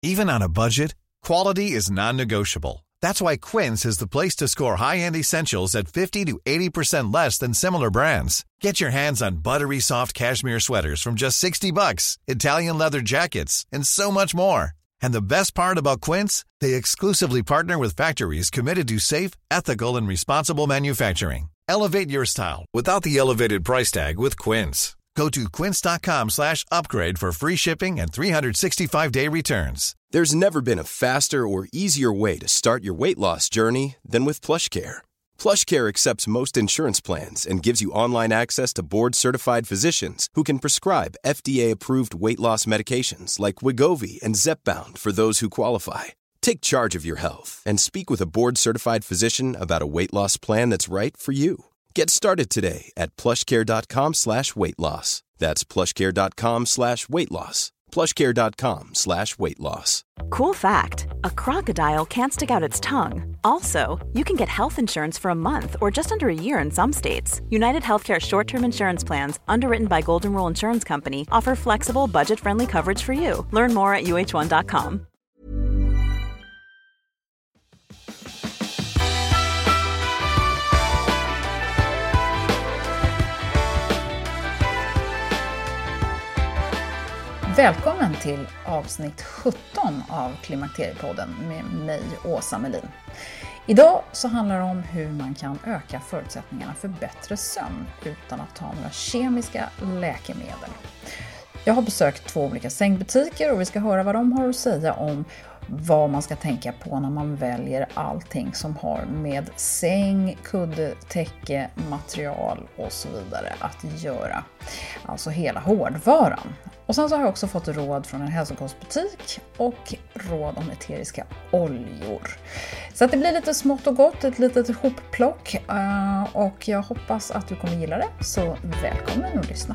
Even on a budget, quality is non-negotiable. That's why Quince is the place to score high-end essentials at 50 to 80% less than similar brands. Get your hands on buttery soft cashmere sweaters from just $60, Italian leather jackets, and so much more. And the best part about Quince, they exclusively partner with factories committed to safe, ethical, and responsible manufacturing. Elevate your style without the elevated price tag with Quince. Go to quince.com/upgrade for free shipping and 365-day returns. There's never been a faster or easier way to start your weight loss journey than with PlushCare. PlushCare accepts most insurance plans and gives you online access to board-certified physicians who can prescribe FDA-approved weight loss medications like Wegovy and Zepbound for those who qualify. Take charge of your health and speak with a board-certified physician about a weight loss plan that's right for you. Get started today at plushcare.com/weightloss. That's plushcare.com/weightloss. plushcare.com/weightloss. Cool fact, a crocodile can't stick out its tongue. Also, you can get health insurance for a month or just under a year in some states. United Healthcare short-term insurance plans, underwritten by Golden Rule Insurance Company, offer flexible, budget-friendly coverage for you. Learn more at uh1.com. Välkommen till avsnitt 17 av Klimakteriepodden med mig, Åsa Melin. Idag så handlar det om hur man kan öka förutsättningarna för bättre sömn utan att ta några kemiska läkemedel. Jag har besökt 2 olika sängbutiker och vi ska höra vad de har att säga om vad man ska tänka på när man väljer allting som har med säng, kudde, täcke, material och så vidare att göra. Alltså hela hårdvaran. Och sen så har jag också fått råd från en hälsokostbutik och råd om eteriska oljor. Så att det blir lite smått och gott, ett litet hopplock och jag hoppas att du kommer gilla det. Så välkommen att lyssna.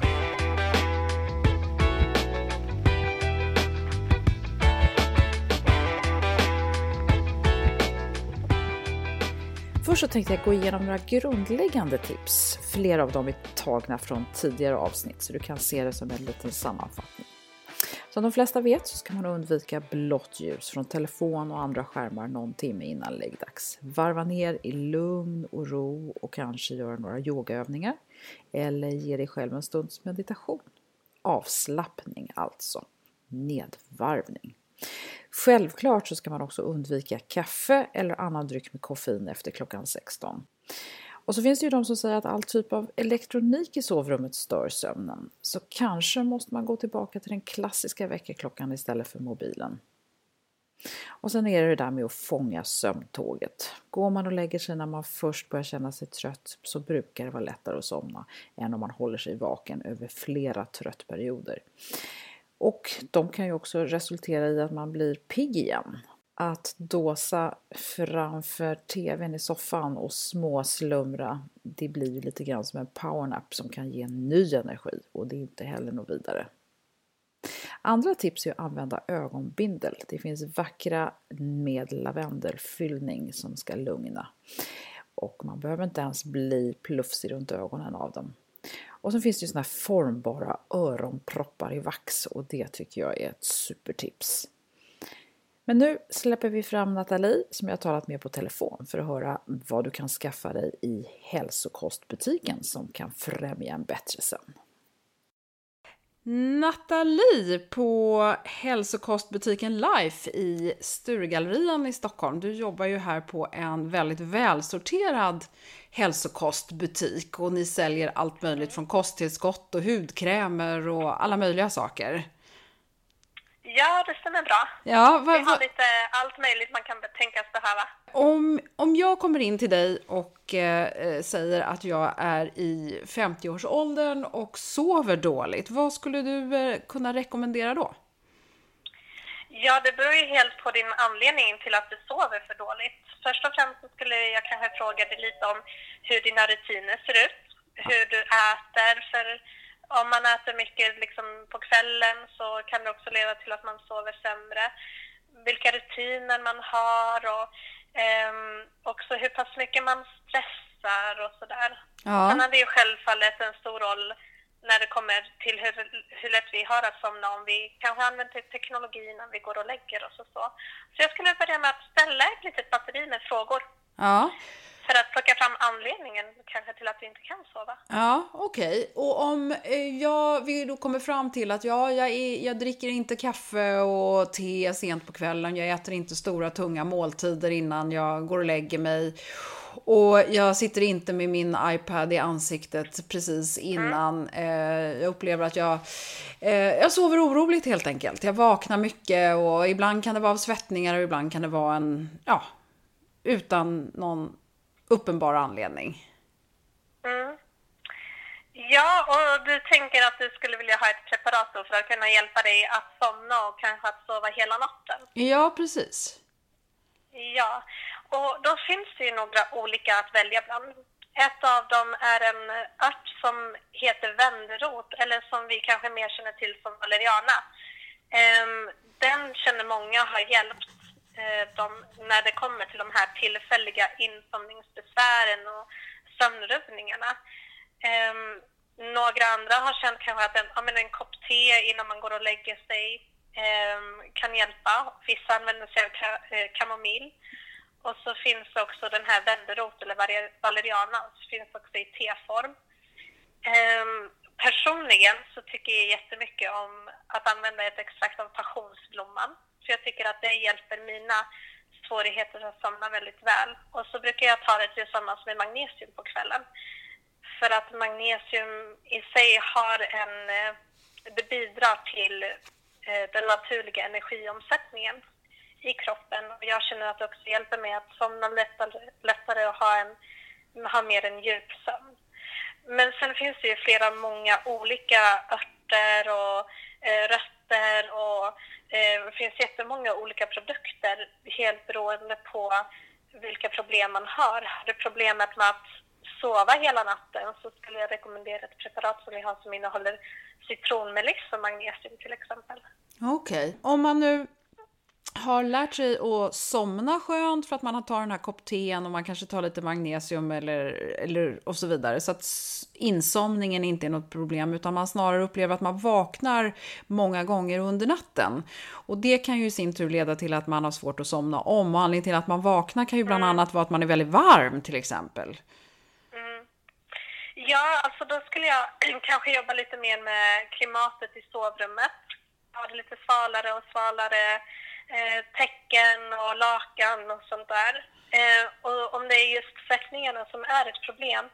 Först så tänkte jag gå igenom några grundläggande tips. Flera av dem är tagna från tidigare avsnitt så du kan se det som en liten sammanfattning. Som de flesta vet så ska man undvika blått ljus från telefon och andra skärmar någon timme innan läggdags. Varva ner i lugn och ro och kanske göra några yogaövningar eller ge dig själv en stunds meditation. Avslappning alltså. Nedvarvning. Självklart så ska man också undvika kaffe eller annan dryck med koffein efter klockan 16. Och så finns det ju de som säger att all typ av elektronik i sovrummet stör sömnen. Så kanske måste man gå tillbaka till den klassiska väckarklockan istället för mobilen. Och sen är det där med att fånga sömntåget. Går man och lägger sig när man först börjar känna sig trött så brukar det vara lättare att somna än om man håller sig vaken över flera tröttperioder. Och de kan ju också resultera i att man blir pigg igen. Att dåsa framför tvn i soffan och småslumra, det blir ju lite grann som en powernap som kan ge ny energi och det är inte heller något vidare. Andra tips är att använda ögonbindel. Det finns vackra med lavendelfyllning som ska lugna. Och man behöver inte ens bli plufsig runt ögonen av dem. Och så finns det ju såna här formbara öronproppar i vax och det tycker jag är ett supertips. Men nu släpper vi fram Nathalie som jag har talat med på telefon för att höra vad du kan skaffa dig i hälsokostbutiken som kan främja en bättre sömn. Nathalie på hälsokostbutiken Life i Sturegallerian i Stockholm. Du jobbar ju här på en väldigt välsorterad hälsokostbutik och ni säljer allt möjligt från kosttillskott och hudkrämer och alla möjliga saker. Ja, det stämmer bra. Ja, vi har lite allt möjligt man kan tänkas behöva. Om jag kommer in till dig och säger att jag är i 50-årsåldern och sover dåligt, vad skulle du kunna rekommendera då? Ja, det beror ju helt på din anledning till att du sover för dåligt. Först och främst så skulle jag kanske fråga dig lite om hur dina rutiner ser ut. Hur du äter, för om man äter mycket liksom på kvällen så kan det också leda till att man sover sämre. Vilka rutiner man har och också hur pass mycket man stressar och sådär. Ja. Sen har det ju självfallet en stor roll när det kommer till hur lätt vi har att somna om vi kanske använder teknologi när vi går och lägger oss och så. Så jag skulle börja med att ställa ett litet batteri med frågor. Ja. För att plocka fram anledningen kanske till att vi inte kan sova. Ja, okej. Och om vi då kommer fram till att jag dricker inte kaffe och te sent på kvällen. Jag äter inte stora tunga måltider innan jag går och lägger mig. Och jag sitter inte med min iPad i ansiktet precis innan. Jag upplever att jag sover oroligt helt enkelt. Jag vaknar mycket och ibland kan det vara svettningar och ibland kan det vara utan någon uppenbar anledning. Ja, och du tänker att du skulle vilja ha ett preparat för att kunna hjälpa dig att somna och kanske att sova hela natten. Ja, precis. Ja, och då finns det ju några olika att välja bland. Ett av dem är en ört som heter vändrot, eller som vi kanske mer känner till som valeriana. Den känner många har hjälpt när det kommer till de här tillfälliga insomningsbesvären och sömnrubbningarna. Några andra har känt kanske att en kopp te innan man går och lägger sig kan hjälpa. Vissa använder sig av kamomill. Och så finns också den här vändrot eller valeriana, som finns också i teform. Personligen så tycker jag jättemycket om att använda ett extrakt av passionsblomman. För jag tycker att det hjälper mina svårigheter att somna väldigt väl. Och så brukar jag ta det tillsammans med magnesium på kvällen. För att magnesium i sig det bidrar till den naturliga energiomsättningen i kroppen. Och jag känner att det också hjälper mig att somna lättare och ha mer en djup sömn. Men sen finns det ju många olika örter och rötter och det finns jättemånga olika produkter helt beroende på vilka problem man har. Har du problemet med att sova hela natten så skulle jag rekommendera ett preparat som vi har som innehåller citronmelix och magnesium till exempel. Okej. Om man nu har lärt sig att somna skönt för att man har tagit den här kopp teen och man kanske tar lite magnesium eller och så vidare, så att insomningen inte är något problem utan man snarare upplever att man vaknar många gånger under natten. Och det kan ju i sin tur leda till att man har svårt att somna om, och anledningen till att man vaknar kan ju bland annat vara att man är väldigt varm till exempel. Ja, alltså då skulle jag kanske jobba lite mer med klimatet i sovrummet. Ha det lite svalare täcken och lakan och sånt där. Och om det är just svettningarna som är ett problem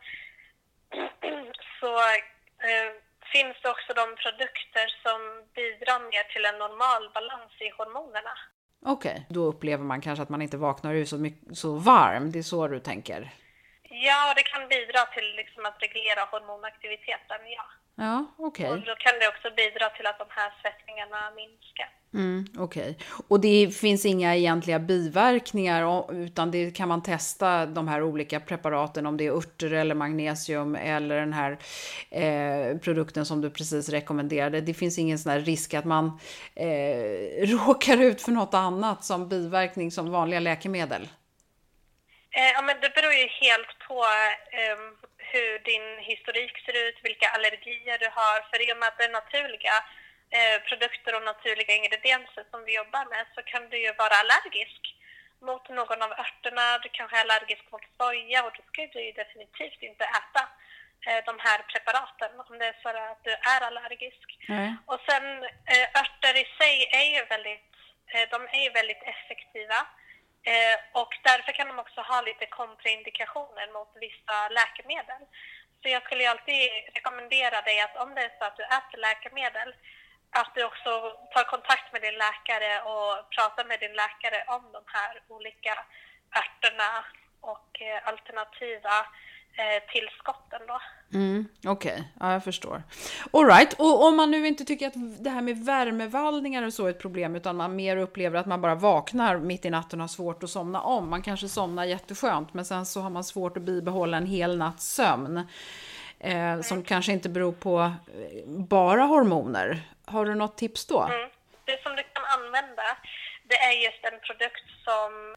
så finns det också de produkter som bidrar mer till en normal balans i hormonerna. Okej, då upplever man kanske att man inte vaknar ur så varm. Det är så du tänker? Ja, det kan bidra till liksom att reglera hormonaktiviteten, ja. Ja, okej. Och då kan det också bidra till att de här svettningarna minskar. Okej. Och det finns inga egentliga biverkningar utan det kan man testa de här olika preparaten om det är örter eller magnesium eller den här produkten som du precis rekommenderade. Det finns ingen sån här risk att man råkar ut för något annat som biverkning som vanliga läkemedel? Ja, men det beror ju helt på hur din historik ser ut, vilka allergier du har. För i och med att det är naturliga produkter och naturliga ingredienser som vi jobbar med så kan du ju vara allergisk mot någon av örterna. Du kanske är allergisk mot soja och då ska du ju definitivt inte äta de här preparaten om det är så att du är allergisk. Och sen örter i sig är ju väldigt effektiva. Och därför kan de också ha lite kontraindikationer mot vissa läkemedel. Så jag skulle alltid rekommendera dig att om det är så att du äter läkemedel att du också tar kontakt med din läkare och pratar med din läkare om de här olika örterna och alternativa tillskotten då. Okej, ja, jag förstår. All right. Och om man nu inte tycker att det här med värmevallningar och så är ett problem utan man mer upplever att man bara vaknar mitt i natten och har svårt att somna om. Man kanske somnar jätteskönt men sen så har man svårt att bibehålla en hel natts sömn som kanske inte beror på bara hormoner. Har du något tips då? Det som du kan använda det är just en produkt som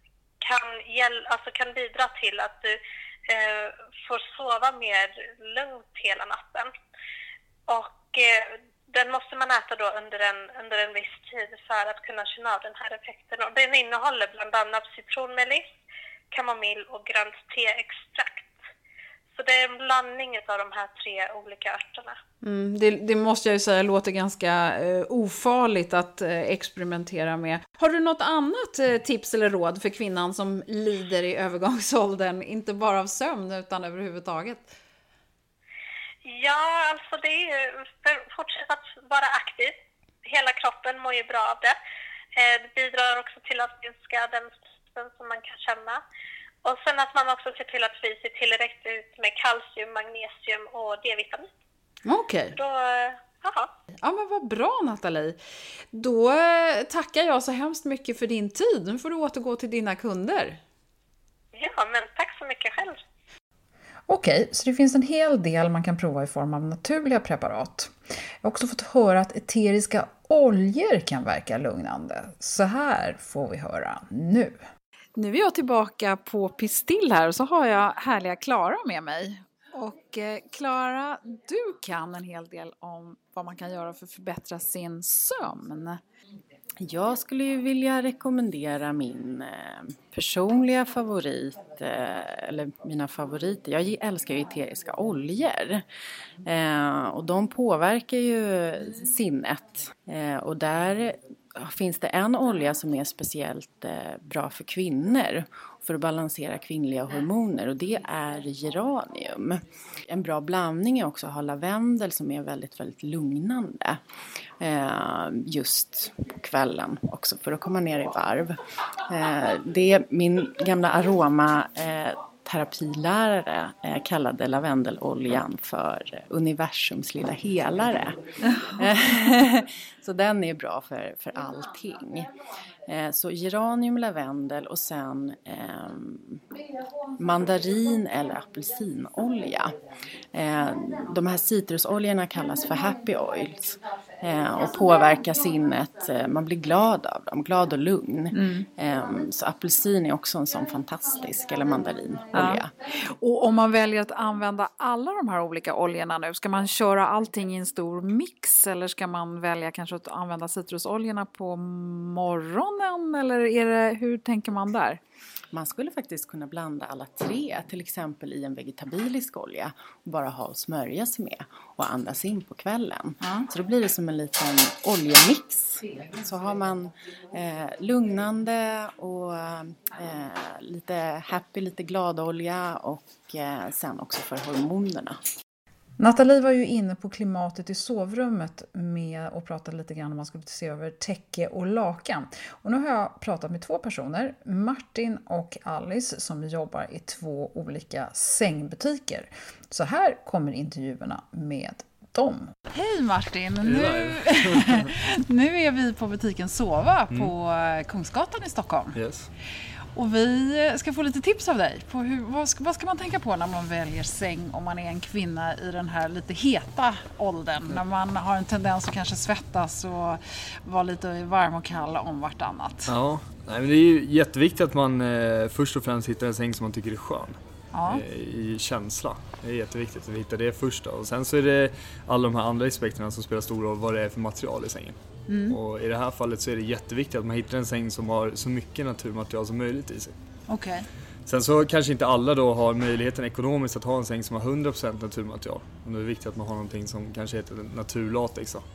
kan bidra till att du får sova mer lugnt hela natten. Och den måste man äta då under en viss tid för att kunna känna av den här effekten. Och den innehåller bland annat citronmeliss, kamomill och grönt teextrakt. Så det är en blandning av de här 3 olika örterna. Det måste jag ju säga låter ganska ofarligt att experimentera med. Har du något annat tips eller råd för kvinnan som lider i övergångsåldern, inte bara av sömn utan överhuvudtaget? Ja, alltså det är ju fortsätta att vara aktiv. Hela kroppen mår ju bra av det. Det bidrar också till att minska den stressen som man kan känna. Och sen att man också ser till att få i sig tillräckligt med kalcium, magnesium och D-vitamin. Okej. Ja, men vad bra, Nathalie. Då tackar jag så hemskt mycket för din tid. Nu får du återgå till dina kunder. Ja, men tack så mycket själv. Okej, så det finns en hel del man kan prova i form av naturliga preparat. Jag har också fått höra att eteriska oljor kan verka lugnande. Så här får vi höra nu. Nu är jag tillbaka på Pistill här och så har jag härliga Klara med mig. Och Klara, du kan en hel del om vad man kan göra för att förbättra sin sömn. Jag skulle ju vilja rekommendera min personliga favorit, eller mina favoriter. Jag älskar ju eteriska oljor och de påverkar ju sinnet. Och där finns det en olja som är speciellt bra för kvinnor för att balansera kvinnliga hormoner, och det är geranium. En bra blandning är också att ha lavendel som är väldigt, väldigt lugnande just på kvällen också för att komma ner i varv. Det är min gamla aromaterapilärare kallade lavendeloljan för universums lilla helare. Så den är bra för allting. Så geranium, lavendel och sen mandarin eller apelsinolja. De här citrusoljorna kallas för happy oils och påverkar sinnet. Man blir glad av dem, glad och lugn. Så apelsin är också en sån fantastisk, eller mandarinolja. Ja. Och om man väljer att använda alla de här olika oljorna nu, ska man köra allting i en stor mix eller ska man välja kanske att använda citrusoljorna på morgonen, eller hur tänker man där? Man skulle faktiskt kunna blanda alla 3, till exempel i en vegetabilisk olja och bara ha och smörja sig med och andas in på kvällen. Så då blir det som en liten oljemix. Så har man lugnande och lite happy, lite gladolja och sen också för hormonerna. Nathalie var ju inne på klimatet i sovrummet med och pratade lite grann om man skulle se över täcke och lakan. Och nu har jag pratat med 2 personer, Martin och Alice, som jobbar i 2 olika sängbutiker. Så här kommer intervjuerna med dem. Hej Martin, nu är vi på butiken Sova på Kungsgatan i Stockholm. Yes. Och vi ska få lite tips av dig på vad ska man tänka på när man väljer säng om man är en kvinna i den här lite heta åldern. När man har en tendens att kanske svettas och vara lite varm och kall om vartannat. Ja, men det är ju jätteviktigt att man först och främst hittar en säng som man tycker är skön. Ja. I känsla. Det är jätteviktigt att hitta det först då. Och sen så är det alla de här andra aspekterna som spelar stor roll, vad det är för material i sängen. Och i det här fallet så är det jätteviktigt att man hittar en säng som har så mycket naturmaterial som möjligt i sig. Okej. Sen så kanske inte alla då har möjligheten ekonomiskt att ha en säng som har 100% naturmaterial. Och det är viktigt att man har någonting som kanske heter naturlatex då.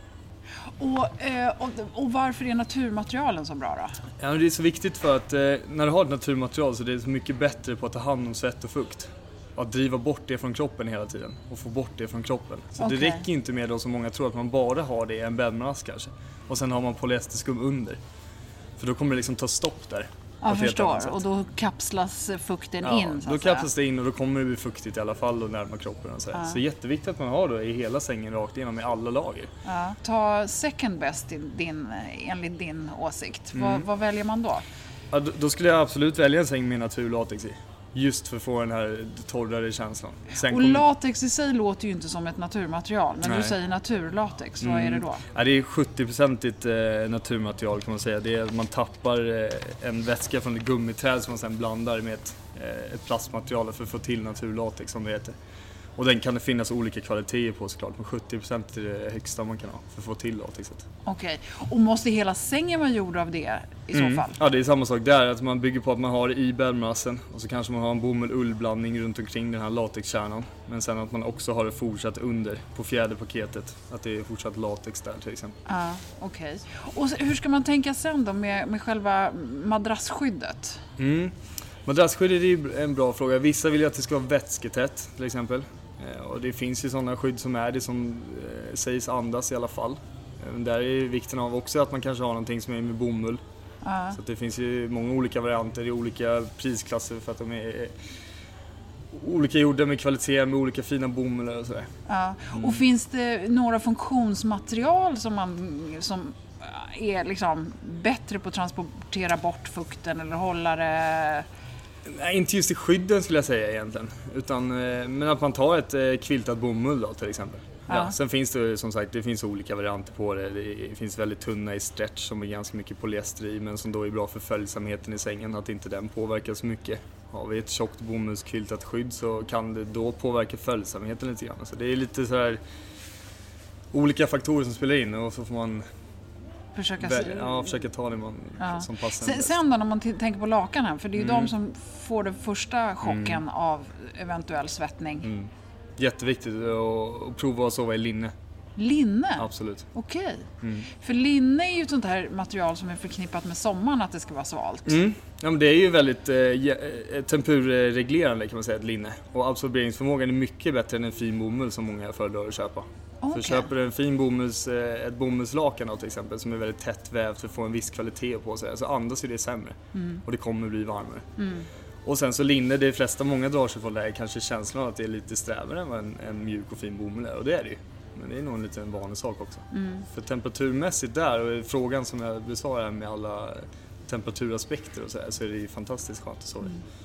Och varför är naturmaterialen så bra då? Ja, det är så viktigt för att när du har ett naturmaterial så är det så mycket bättre på att ta hand om svett och fukt. Att driva bort det från kroppen hela tiden och få bort det från kroppen. Så det räcker inte med då som många tror att man bara har det i en bäddmadrass kanske. Och sen har man polyesterskum under. För då kommer det liksom ta stopp där. Jag förstår, och då kapslas fukten in. Då kapslas det in och då kommer det bli fuktigt i alla fall och närma kroppen. Och så det är jätteviktigt att man har då i hela sängen rakt igenom i alla lager. Ja. Ta second best enligt din åsikt. Vad väljer man då? Ja, då skulle jag absolut välja en säng med naturlatex i. Just för att få den här torrare känslan. Och latex i sig låter ju inte som ett naturmaterial. När du säger naturlatex, vad är det då? Ja, det är 70% naturmaterial kan man säga. Det är att man tappar en vätska från ett gummiträd som man sedan blandar med ett plastmaterial för att få till naturlatex som det heter. Och den kan det finnas olika kvaliteter på såklart, men 70% är det högsta man kan ha för att få till latexet. Okej, och måste hela sängen vara gjord av det i så fall? Ja, det är samma sak där, att man bygger på att man har i bäddmassen och så kanske man har en bomull-ullblandning runt omkring den här latexkärnan. Men sen att man också har det fortsatt under på fjäderpaketet, att det är fortsatt latex där till exempel. Ja, okej. Och hur ska man tänka sen då med själva madrassskyddet? Madrassskyddet är ju en bra fråga. Vissa vill ju att det ska vara vätsketätt till exempel. Och det finns ju sådana skydd som är det som sägs andas i alla fall. Där är vikten av också att man kanske har någonting som är med bomull. Så att det finns ju många olika varianter i olika prisklasser för att de är olika gjorda med kvalitet, med olika fina bomuller och sådär. Ja. Och finns det några funktionsmaterial som är liksom bättre på att transportera bort fukten eller hålla det? Nej, inte just i skydden skulle jag säga egentligen. Men att man tar ett kviltat bomull då till exempel. Ja, sen finns det som sagt, det finns olika varianter på det. Det finns väldigt tunna i stretch som är ganska mycket polyester i, men som då är bra för följsamheten i sängen, att inte den påverkas så mycket. Har vi ett tjockt bomullskviltat skydd så kan det då påverka följsamheten lite grann. Så det är lite så här olika faktorer som spelar in, och så får man försöka ta det som passar. Sen då när man tänker på lakan här, för det är ju de som får den första chocken av eventuell svettning. Jätteviktigt att prova att sova i linne. Linne? Absolut. Okej. För linne är ju ett sånt här material som är förknippat med sommaren, att det ska vara svalt. Ja, men det är ju väldigt temperaturreglerande kan man säga, ett linne. Och absorberingsförmågan är mycket bättre än en fin bomull som många föredrar att köpa. För köper du en fin ett bomullslakan då, till exempel, som är väldigt tätt vävt för att få en viss kvalitet på sig, så andas ju det sämre. Och det kommer bli varmare. Och sen så linne, många drar sig för det är kanske känslan att det är lite strävare än vad en mjuk och fin bomull är. Och det är det ju. Men det är nog en liten vanlig sak också. För temperaturmässigt där, och frågan som jag besvarar med alla temperaturaspekter och så är det ju fantastiskt skönt att sova.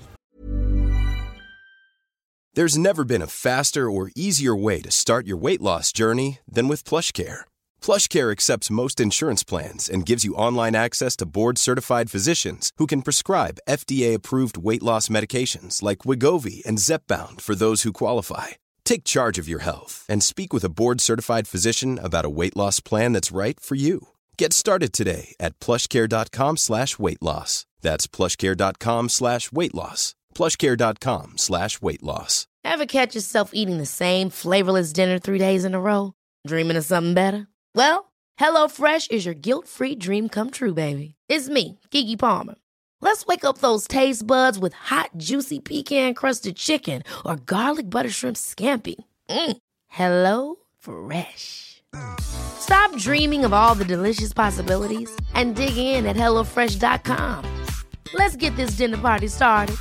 There's never been a faster or easier way to start your weight loss journey than with PlushCare. PlushCare accepts most insurance plans and gives you online access to board-certified physicians who can prescribe FDA-approved weight loss medications like Wegovy and Zepbound for those who qualify. Take charge of your health and speak with a board-certified physician about a weight loss plan that's right for you. Get started today at plushcare.com/weightloss. That's plushcare.com/weightloss. plushcare.com/weightloss. Ever catch yourself eating the same flavorless dinner 3 days in a row? Dreaming of something better? Well, HelloFresh is your guilt-free dream come true, baby. It's me, Keke Palmer. Let's wake up those taste buds with hot, juicy pecan-crusted chicken or garlic butter shrimp scampi. Hello Fresh. Stop dreaming of all the delicious possibilities and dig in at HelloFresh.com. Let's get this dinner party started.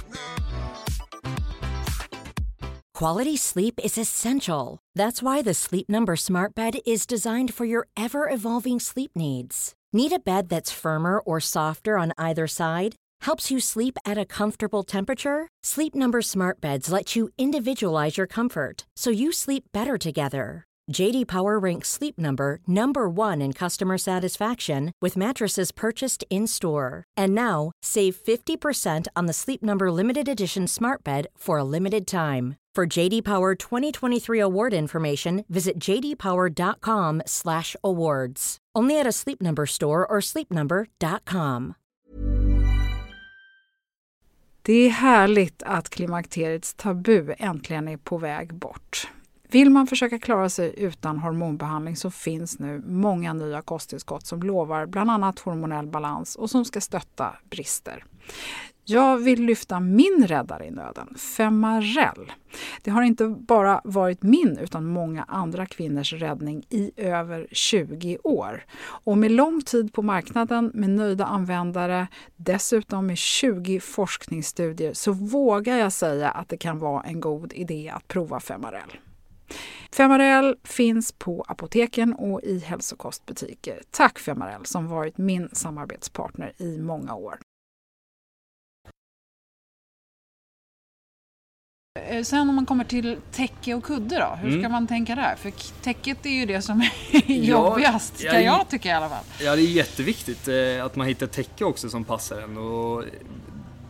Quality sleep is essential. That's why the Sleep Number Smart Bed is designed for your ever-evolving sleep needs. Need a bed that's firmer or softer on either side? Helps you sleep at a comfortable temperature? Sleep Number Smart Beds let you individualize your comfort, so you sleep better together. JD Power ranks Sleep Number #1 in customer satisfaction with mattresses purchased in-store. And now, save 50% on the Sleep Number Limited Edition Smart Bed for a limited time. For JD Power 2023 award information, visit jdpower.com/awards. Only at a Sleep Number store or sleepnumber.com. Det är härligt att klimakteriets tabu äntligen är på väg bort. Vill man försöka klara sig utan hormonbehandling så finns nu många nya kosttillskott som lovar bland annat hormonell balans och som ska stötta brister. Jag vill lyfta min räddare i nöden, Femarel. Det har inte bara varit min utan många andra kvinnors räddning i över 20 år. Och med lång tid på marknaden, med nöjda användare, dessutom med 20 forskningsstudier, så vågar jag säga att det kan vara en god idé att prova Femarel. Femarel finns på apoteken och i hälsokostbutiker. Tack Femarel som varit min samarbetspartner i många år. Sen om man kommer till täcke och kudde då, hur ska man tänka där? För täcket är ju det som är jobbigast, jag tycker i alla fall. Ja, det är jätteviktigt att man hittar täcke också som passar en. Och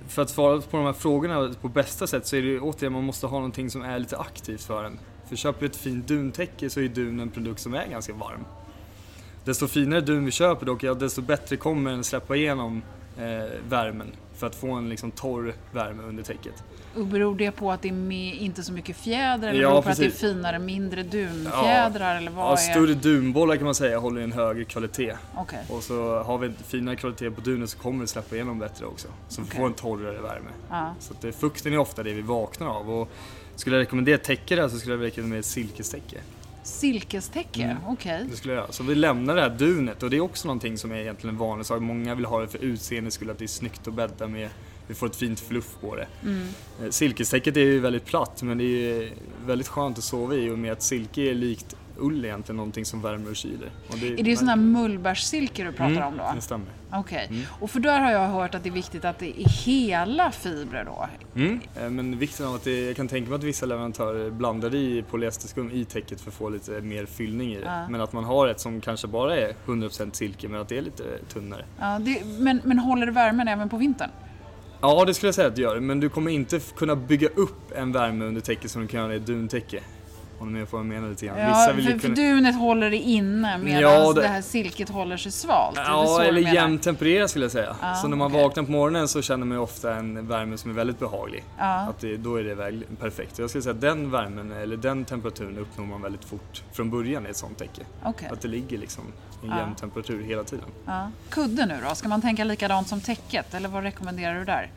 för att svara på de här frågorna på bästa sätt så är det återigen man måste ha någonting som är lite aktivt för en. För köper vi ett fint duntäcke så är dun en produkt som är ganska varm. Desto finare dun vi köper dock, desto bättre kommer den släppa igenom värmen för att få en liksom torr värme under täcket. Och beror det på att det är inte så mycket fjäder eller beror på att det är finare, mindre dunfjädrar eller vad är? Större dunbollar kan man säga håller en högre kvalitet. Okay. Och så har vi en finare kvalitet på dunen så kommer det släppa igenom bättre också. Så vi får en torrare värme. Så att fukten är ofta det vi vaknar av. Och skulle jag rekommendera täcke där så skulle jag rekommendera ett silkestäcke. Silkestäcke, okej. Det skulle jag göra. Så vi lämnar det här dunet och det är också någonting som är egentligen en vanlig sak. Många vill ha det för utseende skulle att det är snyggt att bädda med. Vi får ett fint fluff på det. Silkestäcket är ju väldigt platt men det är väldigt skönt att sova i och med att silke är likt ull egentligen någonting som värmer och kyler. Och det är det sån här mullbärssilke du pratar om då? Det stämmer. Okej. Och för där har jag hört att det är viktigt att det är hela fibrer då. Men vikten av att jag kan tänka mig att vissa leverantörer blandar i polyesterskum i täcket för att få lite mer fyllning i det. Men att man har ett som kanske bara är 100% silke men att det är lite tunnare. Ja, men håller det värmen även på vintern? Ja, det skulle jag säga att det gör. Men du kommer inte kunna bygga upp en värme under täcket som du kan göra i ett duntäcke. Om du får mena lite grann. Ja, för dunet håller det inne medan det här silket håller sig svalt. Ja, eller jämnt tempererat skulle jag säga. Så när man vaknar på morgonen så känner man ofta en värme som är väldigt behaglig. Att då är det perfekt. Jag skulle säga att den värmen eller den temperaturen uppnår man väldigt fort från början i ett sånt täcke. Att det ligger liksom i en jämn temperatur hela tiden. Kudde nu då? Ska man tänka likadant som täcket? Eller vad rekommenderar du där?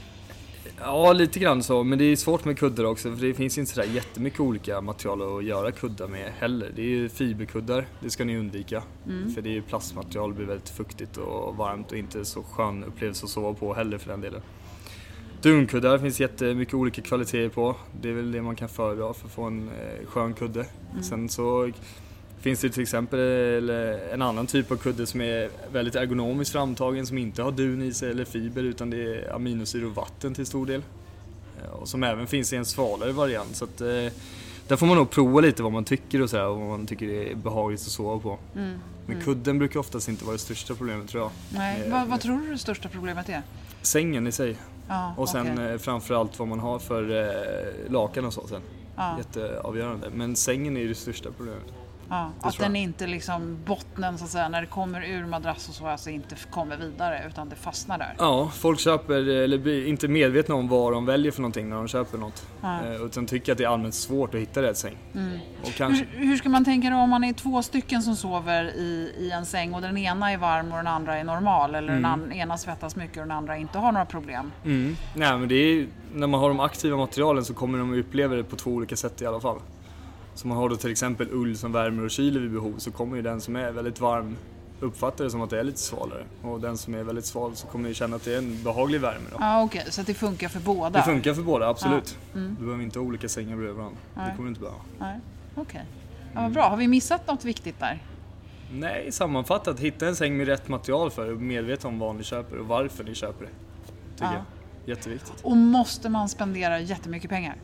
Ja, lite grann så. Men det är svårt med kuddar också. För det finns inte sådär jättemycket olika material att göra kuddar med heller. Det är ju fiberkuddar, det ska ni undvika. För det är ju plastmaterial, det blir väldigt fuktigt och varmt och inte så skön upplevelse att sova på heller för den delen. Dunkuddar finns jättemycket olika kvaliteter på. Det är väl det man kan föredra för att få en skön kudde. Sen så finns det till exempel en annan typ av kudde som är väldigt ergonomiskt framtagen som inte har dun i sig eller fiber utan det är aminosyror och vatten till stor del. Och som även finns i en svalare variant så att där får man nog prova lite vad man tycker och sådär och vad man tycker är behagligt att sova på. Men kudden brukar oftast inte vara det största problemet tror jag. Nej, vad tror du det största problemet är? Sängen i sig. Och sen framförallt vad man har för lakan och så sen. Jätteavgörande. Men sängen är det största problemet. Ja, att den inte liksom bottnen så att säga när det kommer ur madrass och så alltså inte kommer vidare utan det fastnar där. Ja, folk köper eller blir inte medvetna om vad de väljer för någonting när de köper något. Utan tycker att det är allmänt svårt att hitta rätt säng. Och kanske... hur ska man tänka då om man är 2 stycken som sover i en säng och den ena är varm och den andra är normal eller den ena svettas mycket och den andra inte har några problem? Nej, men det är när man har de aktiva materialen så kommer de uppleva det på 2 olika sätt i alla fall. Så man har då till exempel ull som värmer och kyler vid behov så kommer ju den som är väldigt varm uppfatta det som att det är lite svalare. Och den som är väldigt sval så kommer ju känna att det är en behaglig värme då. Ja, okej. Så att det funkar för båda? Det funkar för båda, absolut. Du behöver inte ha olika sängar bredvid varandra. Det kommer du inte behöva. Nej, okej. Ja, vad bra. Har vi missat något viktigt där? Nej, sammanfattat. Hitta en säng med rätt material för och medveta om vad ni köper och varför ni köper det. Tycker jag. Jätteviktigt. Och måste man spendera jättemycket pengar?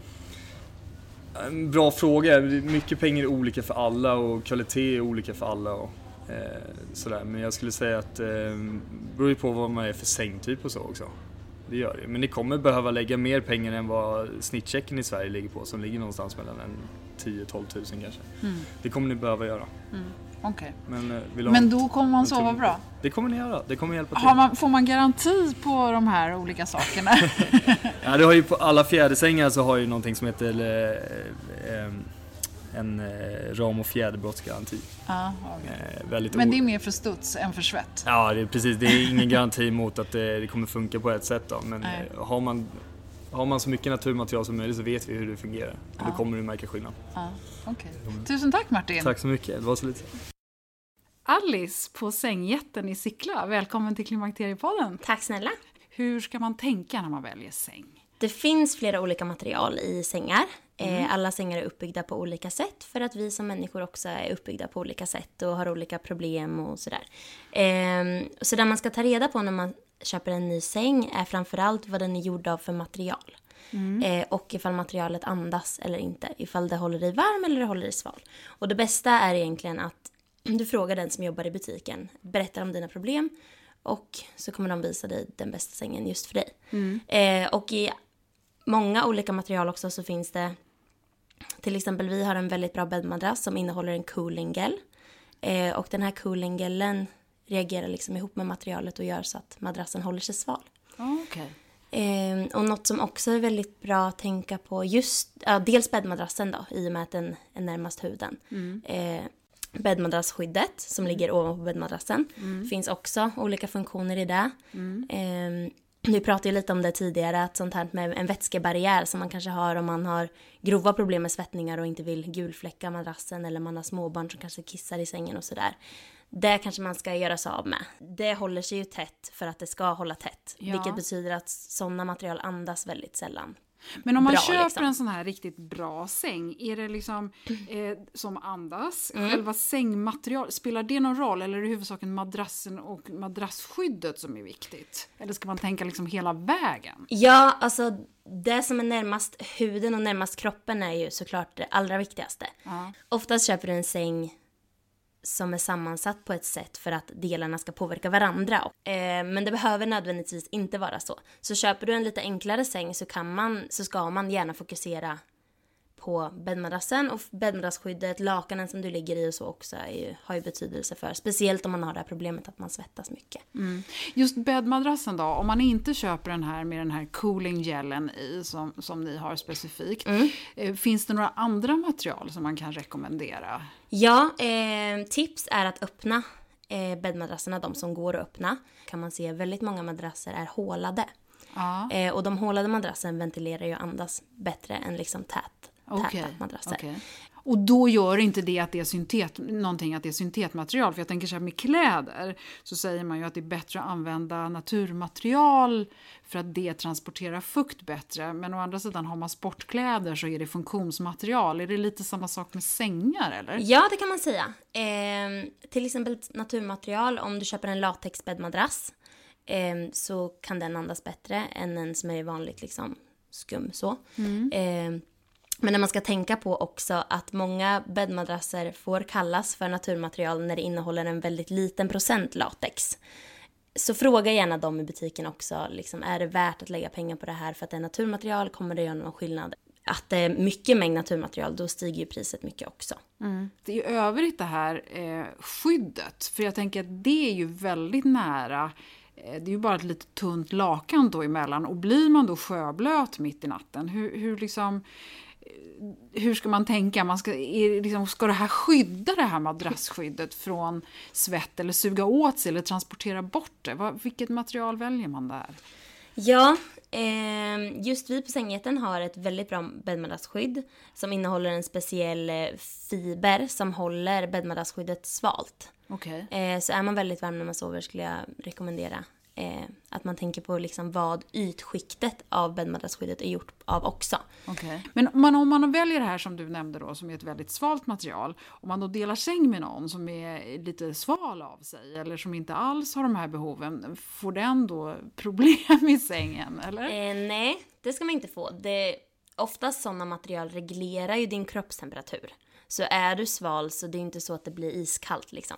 En bra fråga. Mycket pengar är olika för alla och kvalitet är olika för alla och sådär. Men jag skulle säga att det beror ju på vad man är för sängtyp och så också. Det gör det. Men ni kommer behöva lägga mer pengar än vad snittchecken i Sverige ligger på som ligger någonstans mellan 10-12 tusen kanske. Det kommer ni behöva göra. Okay. Men då kommer man sova bra? Det kommer ni göra. Det kommer hjälpa till. Får man garanti på de här olika sakerna? Ja, du har ju på alla fjädersängar så har ju någonting som heter en ram- och fjäderbrottsgaranti. Men det är mer för studs än för svett? Ja, det är precis. Det är ingen garanti mot att det kommer funka på ett sätt då. Men har man så mycket naturmaterial som möjligt så vet vi hur det fungerar. Och då kommer du märka skillnad. Okay. Tusen tack Martin. Tack så mycket, det var så lite. Alice på Sängjätten i Sickla, välkommen till Klimakteriepodden. Tack snälla. Hur ska man tänka när man väljer säng? Det finns flera olika material i sängar. Alla sängar är uppbyggda på olika sätt för att vi som människor också är uppbyggda på olika sätt och har olika problem och sådär. Så det man ska ta reda på när man köper en ny säng är framförallt vad den är gjord av för material. Och ifall materialet andas eller inte. Ifall det håller dig varm eller det håller dig sval. Och det bästa är egentligen att du frågar den som jobbar i butiken. Berättar om dina problem. och så kommer de visa dig den bästa sängen just för dig. Och i många olika material också så finns det, till exempel vi har en väldigt bra bäddmadrass som innehåller en cooling gel. Och den här cooling gelen reagerar liksom ihop med materialet och gör så att madrassen håller sig sval. Okay. Och något som också är väldigt bra att tänka på, dels bäddmadrassen då, i och med att den är närmast huden. Bäddmadrasskyddet som ligger ovanpå bäddmadrassen. Finns också olika funktioner i det. Vi pratade ju lite om det tidigare, att sånt här med en vätskebarriär som man kanske har om man har grova problem med svettningar och inte vill gulfläcka madrassen, eller man har småbarn som kanske kissar i sängen och sådär. Det kanske man ska göra sig av med. Det håller sig ju tätt för att det ska hålla tätt. Ja. Vilket betyder att sådana material andas väldigt sällan. Men om man köper en sån här riktigt bra säng, är det liksom som andas? Själva sängmaterial, spelar det någon roll? Eller är det huvudsaken madrassen och madrassskyddet som är viktigt? Eller ska man tänka liksom hela vägen? Ja, alltså det som är närmast huden och närmast kroppen är ju såklart det allra viktigaste. Oftast köper du en säng som är sammansatt på ett sätt för att delarna ska påverka varandra. Men det behöver nödvändigtvis inte vara så. Så köper du en lite enklare säng så ska man gärna fokusera på bäddmadrassen och bäddmadrasskyddet, lakanen som du ligger i och så också har ju betydelse för. Speciellt om man har det här problemet att man svettas mycket. Just bäddmadrassen då, om man inte köper den här med den här cooling gelen i som ni har specifikt. Finns det några andra material som man kan rekommendera? Ja, tips är att öppna bäddmadrasserna, de som går att öppna. Kan man se väldigt många madrasser är hålade. Och de hålade madrassen ventilerar ju och andas bättre än liksom täta madrasser. Okay. Och då gör inte det att det är någonting att det är syntetmaterial. För jag tänker så här, med kläder så säger man ju att det är bättre att använda naturmaterial för att det transporterar fukt bättre. Men å andra sidan har man sportkläder så är det funktionsmaterial. Är det lite samma sak med sängar eller? Ja, det kan man säga. Till exempel naturmaterial, om du köper en latexbäddmadrass så kan den andas bättre än en som är vanligt liksom skum så. Men när man ska tänka på också att många bäddmadrasser får kallas för naturmaterial när det innehåller en väldigt liten procent latex. Så fråga gärna dem i butiken också, liksom, är det värt att lägga pengar på det här för att det är naturmaterial, kommer det göra någon skillnad? Att det är mycket mängd naturmaterial, då stiger ju priset mycket också. Det är ju övrigt det här skyddet, för jag tänker att det är ju väldigt nära. Det är ju bara ett lite tunt lakan då emellan, och blir man då sjöblöt mitt i natten, hur ska man tänka? Ska det här skydda det här madrassskyddet från svett eller suga åt sig eller transportera bort det? Vilket material väljer man där? Ja, just vi på Sängjätten har ett väldigt bra bäddmadrassskydd som innehåller en speciell fiber som håller bäddmadrasskyddet svalt. Okay. Så är man väldigt varm när man sover skulle jag rekommendera att man tänker på liksom vad ytskiktet av bäddmadrasskyddet är gjort av också. Okay. Men om man väljer det här som du nämnde då, som är ett väldigt svalt material, om man då delar säng med någon som är lite sval av sig eller som inte alls har de här behoven, får den då problem i sängen eller? Nej, det ska man inte få. Oftast sådana material reglerar ju din kroppstemperatur. Så är du sval så det är inte så att det blir iskallt liksom.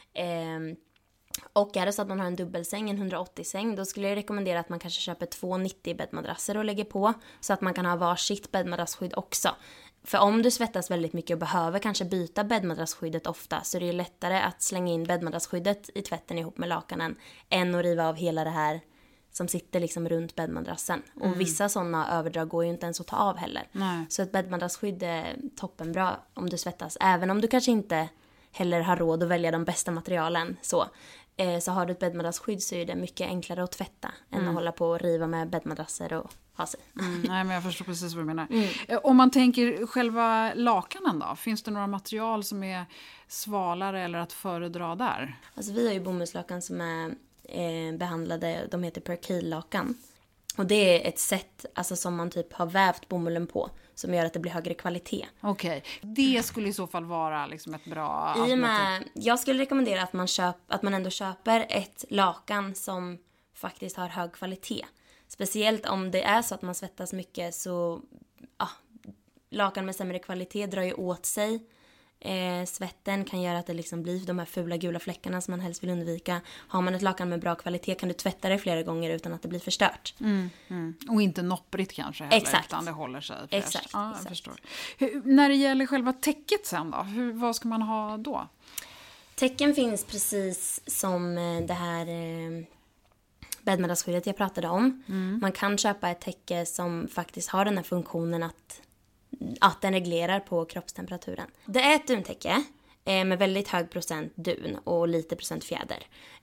Och är det så att man har en dubbelsäng, en 180-säng, då skulle jag rekommendera att man kanske köper 2 90 bäddmadrasser och lägger på, så att man kan ha varsitt bäddmadrassskydd också. För om du svettas väldigt mycket och behöver kanske byta bäddmadrasskyddet ofta, så är det ju lättare att slänga in bäddmadrasskyddet i tvätten ihop med lakanen än att riva av hela det här som sitter liksom runt bäddmadrassen. Och vissa sådana överdrag går ju inte ens att ta av heller. Nej. Så ett bäddmadrassskydd är toppenbra om du svettas, även om du kanske inte heller har råd att välja de bästa materialen så har du ett bäddmadrassskydd så är det mycket enklare att tvätta än att hålla på och riva med bäddmadrasser och ha sig. Nej, men jag förstår precis vad du menar. Om man tänker själva lakanen då, finns det några material som är svalare eller att föredra där? Alltså vi har ju bomullslakan som är behandlade, de heter perkillakan. Och det är ett sätt alltså, som man typ har vävt bomullen på, som gör att det blir högre kvalitet. Okej, det skulle i så fall vara liksom ett bra alternativ. Jag skulle rekommendera att man ändå köper ett lakan som faktiskt har hög kvalitet. Speciellt om det är så att man svettas mycket, så lakan med sämre kvalitet drar ju åt sig Svetten kan göra att det liksom blir de här fula gula fläckarna som man helst vill undvika. Har man ett lakan med bra kvalitet kan du tvätta det flera gånger utan att det blir förstört. Och inte nopprigt kanske heller, exakt. Utan det håller sig fräscht. Exakt, ja, jag exakt. förstår. När det gäller själva täcket sen då, vad ska man ha då? Täcken finns precis som det här bäddmaddrasskyddet jag pratade om. Man kan köpa ett täcke som faktiskt har den här funktionen att den reglerar på kroppstemperaturen. Det är ett duntäcke med väldigt hög procent dun och lite procent fjäder.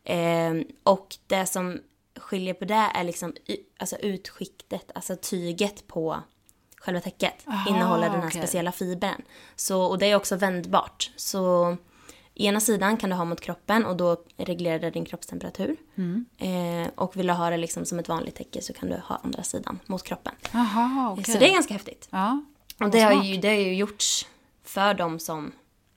Och det som skiljer på det är liksom alltså utskiktet, alltså tyget på själva täcket innehåller den här speciella fibern. Och det är också vändbart. Så ena sidan kan du ha mot kroppen och då reglerar det din kroppstemperatur. Och vill du ha det liksom som ett vanligt täcke så kan du ha andra sidan mot kroppen. Aha, okay. Så det är ganska häftigt. Ja, och det har ju gjorts för dem som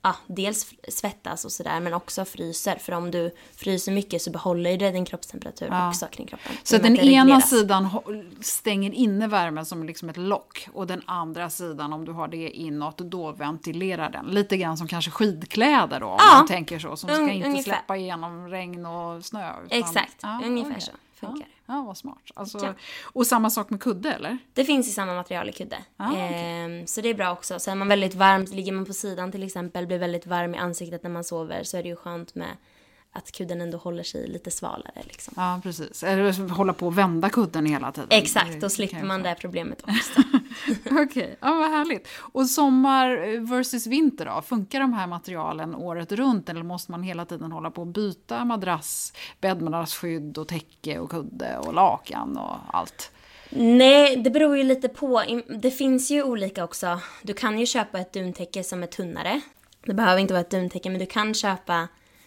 dels svettas och sådär, men också fryser. För om du fryser mycket så behåller det din kroppstemperatur också kring kroppen. Så den ena sidan stänger inne värmen som liksom ett lock, och den andra sidan, om du har det inåt, då ventilerar den. Lite grann som kanske skidkläder då, om man tänker så. Som ska inte ungefär släppa igenom regn och snö. Utan, exakt, ungefär så funkar det. Ja, vad smart. Alltså, och samma sak med kudde, eller? Det finns i samma material i kudde. Så det är bra också. Så är man väldigt varm, ligger man på sidan till exempel, blir väldigt varm i ansiktet när man sover, så är det ju skönt med att kudden ändå håller sig lite svalare. Liksom. Ja, precis. Eller hålla på att vända kudden hela tiden. Exakt, då slipper man det problemet också. Okej, ja, vad härligt. Och sommar versus vinter då? Funkar de här materialen året runt, eller måste man hela tiden hålla på att byta madrass, bäddmadrassskydd och täcke och kudde och lakan och allt? Nej, det beror ju lite på. Det finns ju olika också. Du kan ju köpa ett duntäcke som är tunnare. Det behöver inte vara ett duntäcke, men du kan köpa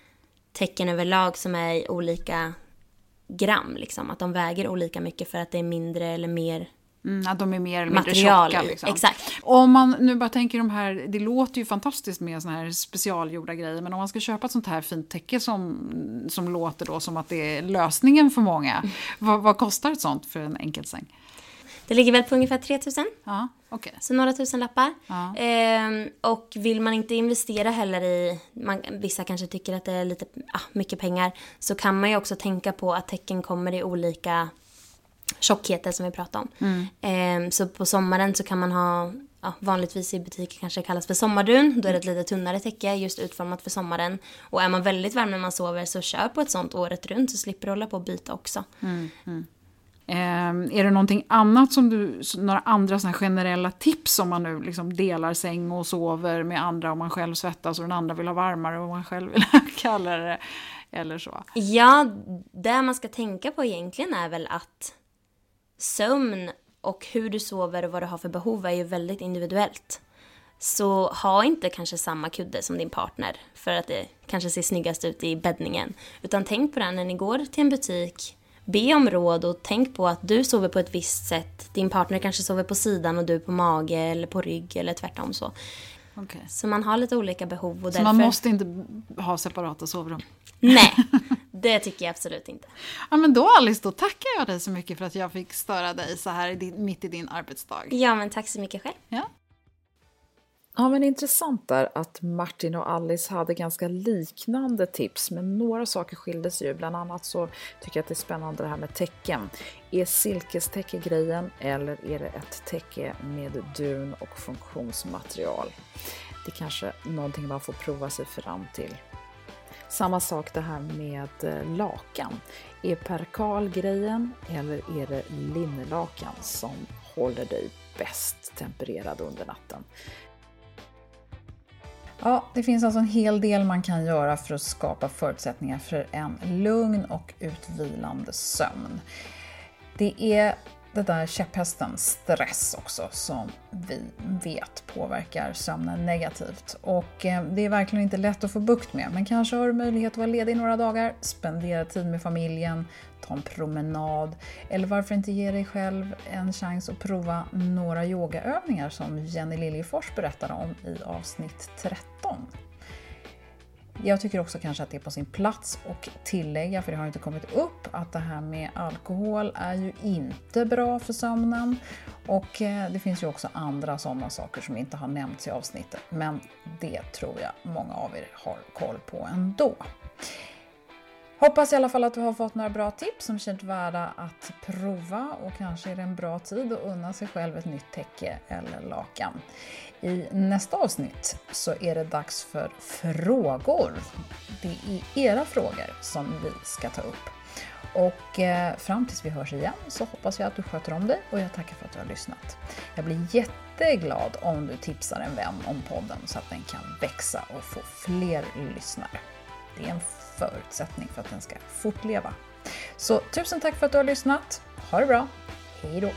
täcken överlag som är i olika gram. Liksom. Att de väger olika mycket för att det är mindre eller mer att de är mer eller mindre material tjocka. Liksom. Exakt. Om man nu bara tänker de här, det låter ju fantastiskt med såna här specialgjorda grejer, men om man ska köpa ett sånt här fint täcke som låter då som att det är lösningen för många, vad kostar ett sånt för en enkelsäng? Det ligger väl på ungefär 3 000. Ja, okay. Så några tusenlappar. Ja. Och vill man inte investera heller i, vissa kanske tycker att det är lite mycket pengar, så kan man ju också tänka på att täcken kommer i olika tjockheter som vi pratade om. Så på sommaren så kan man ha, vanligtvis i butiker kanske det kallas för sommardun. Då är det ett lite tunnare täcke just utformat för sommaren. Och är man väldigt varm när man sover, så kör på ett sånt året runt, så slipper du hålla på att byta också. Är det någonting annat några andra såna generella tips om man nu liksom delar säng och sover med andra, om man själv svettas och den andra vill ha varmare och man själv vill ha kallare eller så? Ja, det man ska tänka på egentligen är väl att sömn och hur du sover och vad du har för behov är ju väldigt individuellt. Så ha inte kanske samma kudde som din partner för att det kanske ser snyggast ut i bäddningen. Utan tänk på det när ni går till en butik. Be om råd och tänk på att du sover på ett visst sätt. Din partner kanske sover på sidan och du på mage eller på rygg eller tvärtom så. Okay. Så man har lite olika behov. Och så man måste inte ha separata sovrum? Nej, det tycker jag absolut inte. Ja, men då Alice, då tackar jag dig så mycket för att jag fick störa dig så här mitt i din arbetsdag. Ja, men tack så mycket själv. Ja, men intressant där att Martin och Alice hade ganska liknande tips, men några saker skilde sig ju. Bland annat så tycker jag att det är spännande det här med täcken. Är silkestäcke grejen eller är det ett täcke med dun och funktionsmaterial? Det är kanske någonting man får prova sig fram till. Samma sak det här med lakan. Är perkal grejen eller är det linnelakan som håller dig bäst tempererad under natten? Ja, det finns alltså en hel del man kan göra för att skapa förutsättningar för en lugn och utvilande sömn. Det är det där käpphästen stress också som vi vet påverkar sömnen negativt. Och det är verkligen inte lätt att få bukt med. Men kanske har du möjlighet att vara ledig några dagar, spendera tid med familjen, ta en promenad. Eller varför inte ge dig själv en chans att prova några yogaövningar som Jenny Liljefors berättade om i avsnitt 13. Jag tycker också kanske att det är på sin plats och tillägga, för det har inte kommit upp, att det här med alkohol är ju inte bra för sömnen. Och det finns ju också andra sådana saker som inte har nämnts i avsnittet, men det tror jag många av er har koll på ändå. Hoppas i alla fall att du har fått några bra tips som känns värda att prova, och kanske är det en bra tid att unna sig själv ett nytt täcke eller lakan. I nästa avsnitt så är det dags för frågor. Det är era frågor som vi ska ta upp. Och fram tills vi hörs igen så hoppas jag att du sköter om dig, och jag tackar för att du har lyssnat. Jag blir jätteglad om du tipsar en vän om podden så att den kan växa och få fler lyssnare. Det är en förutsättning för att den ska fortleva. Så tusen tack för att du har lyssnat. Ha det bra. Hej då!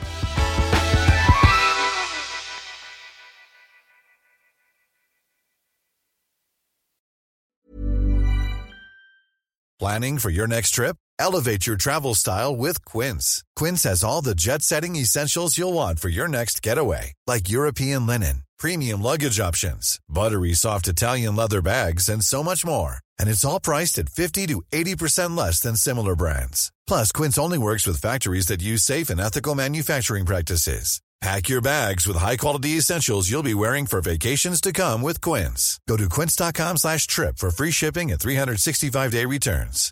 Planning for your next trip? Elevate your travel style with Quince. Quince has all the jet-setting essentials you'll want for your next getaway, like European linen, premium luggage options, buttery soft Italian leather bags, and so much more. And it's all priced at 50 to 80% less than similar brands. Plus, Quince only works with factories that use safe and ethical manufacturing practices. Pack your bags with high-quality essentials you'll be wearing for vacations to come with Quince. Go to quince.com/trip for free shipping and 365-day returns.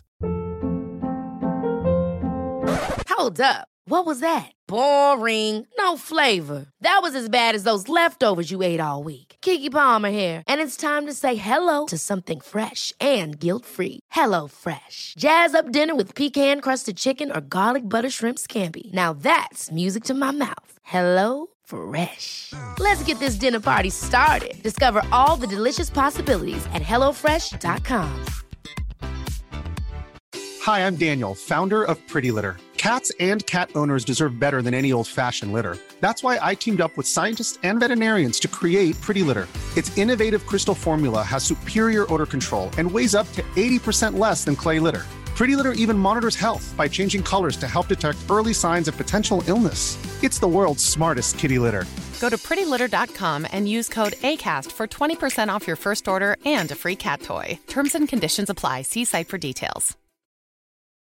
Hold up. What was that? Boring. No flavor. That was as bad as those leftovers you ate all week. Keke Palmer here, and it's time to say hello to something fresh and guilt-free. Hello Fresh. Jazz up dinner with pecan-crusted chicken or garlic butter shrimp scampi. Now that's music to my mouth. Hello Fresh. Let's get this dinner party started. Discover all the delicious possibilities at hellofresh.com. Hi, I'm Daniel, founder of Pretty Litter. Cats and cat owners deserve better than any old-fashioned litter. That's why I teamed up with scientists and veterinarians to create Pretty Litter. Its innovative crystal formula has superior odor control and weighs up to 80% less than clay litter. Pretty Litter even monitors health by changing colors to help detect early signs of potential illness. It's the world's smartest kitty litter. Go to prettylitter.com and use code ACAST for 20% off your first order and a free cat toy. Terms and conditions apply. See site for details.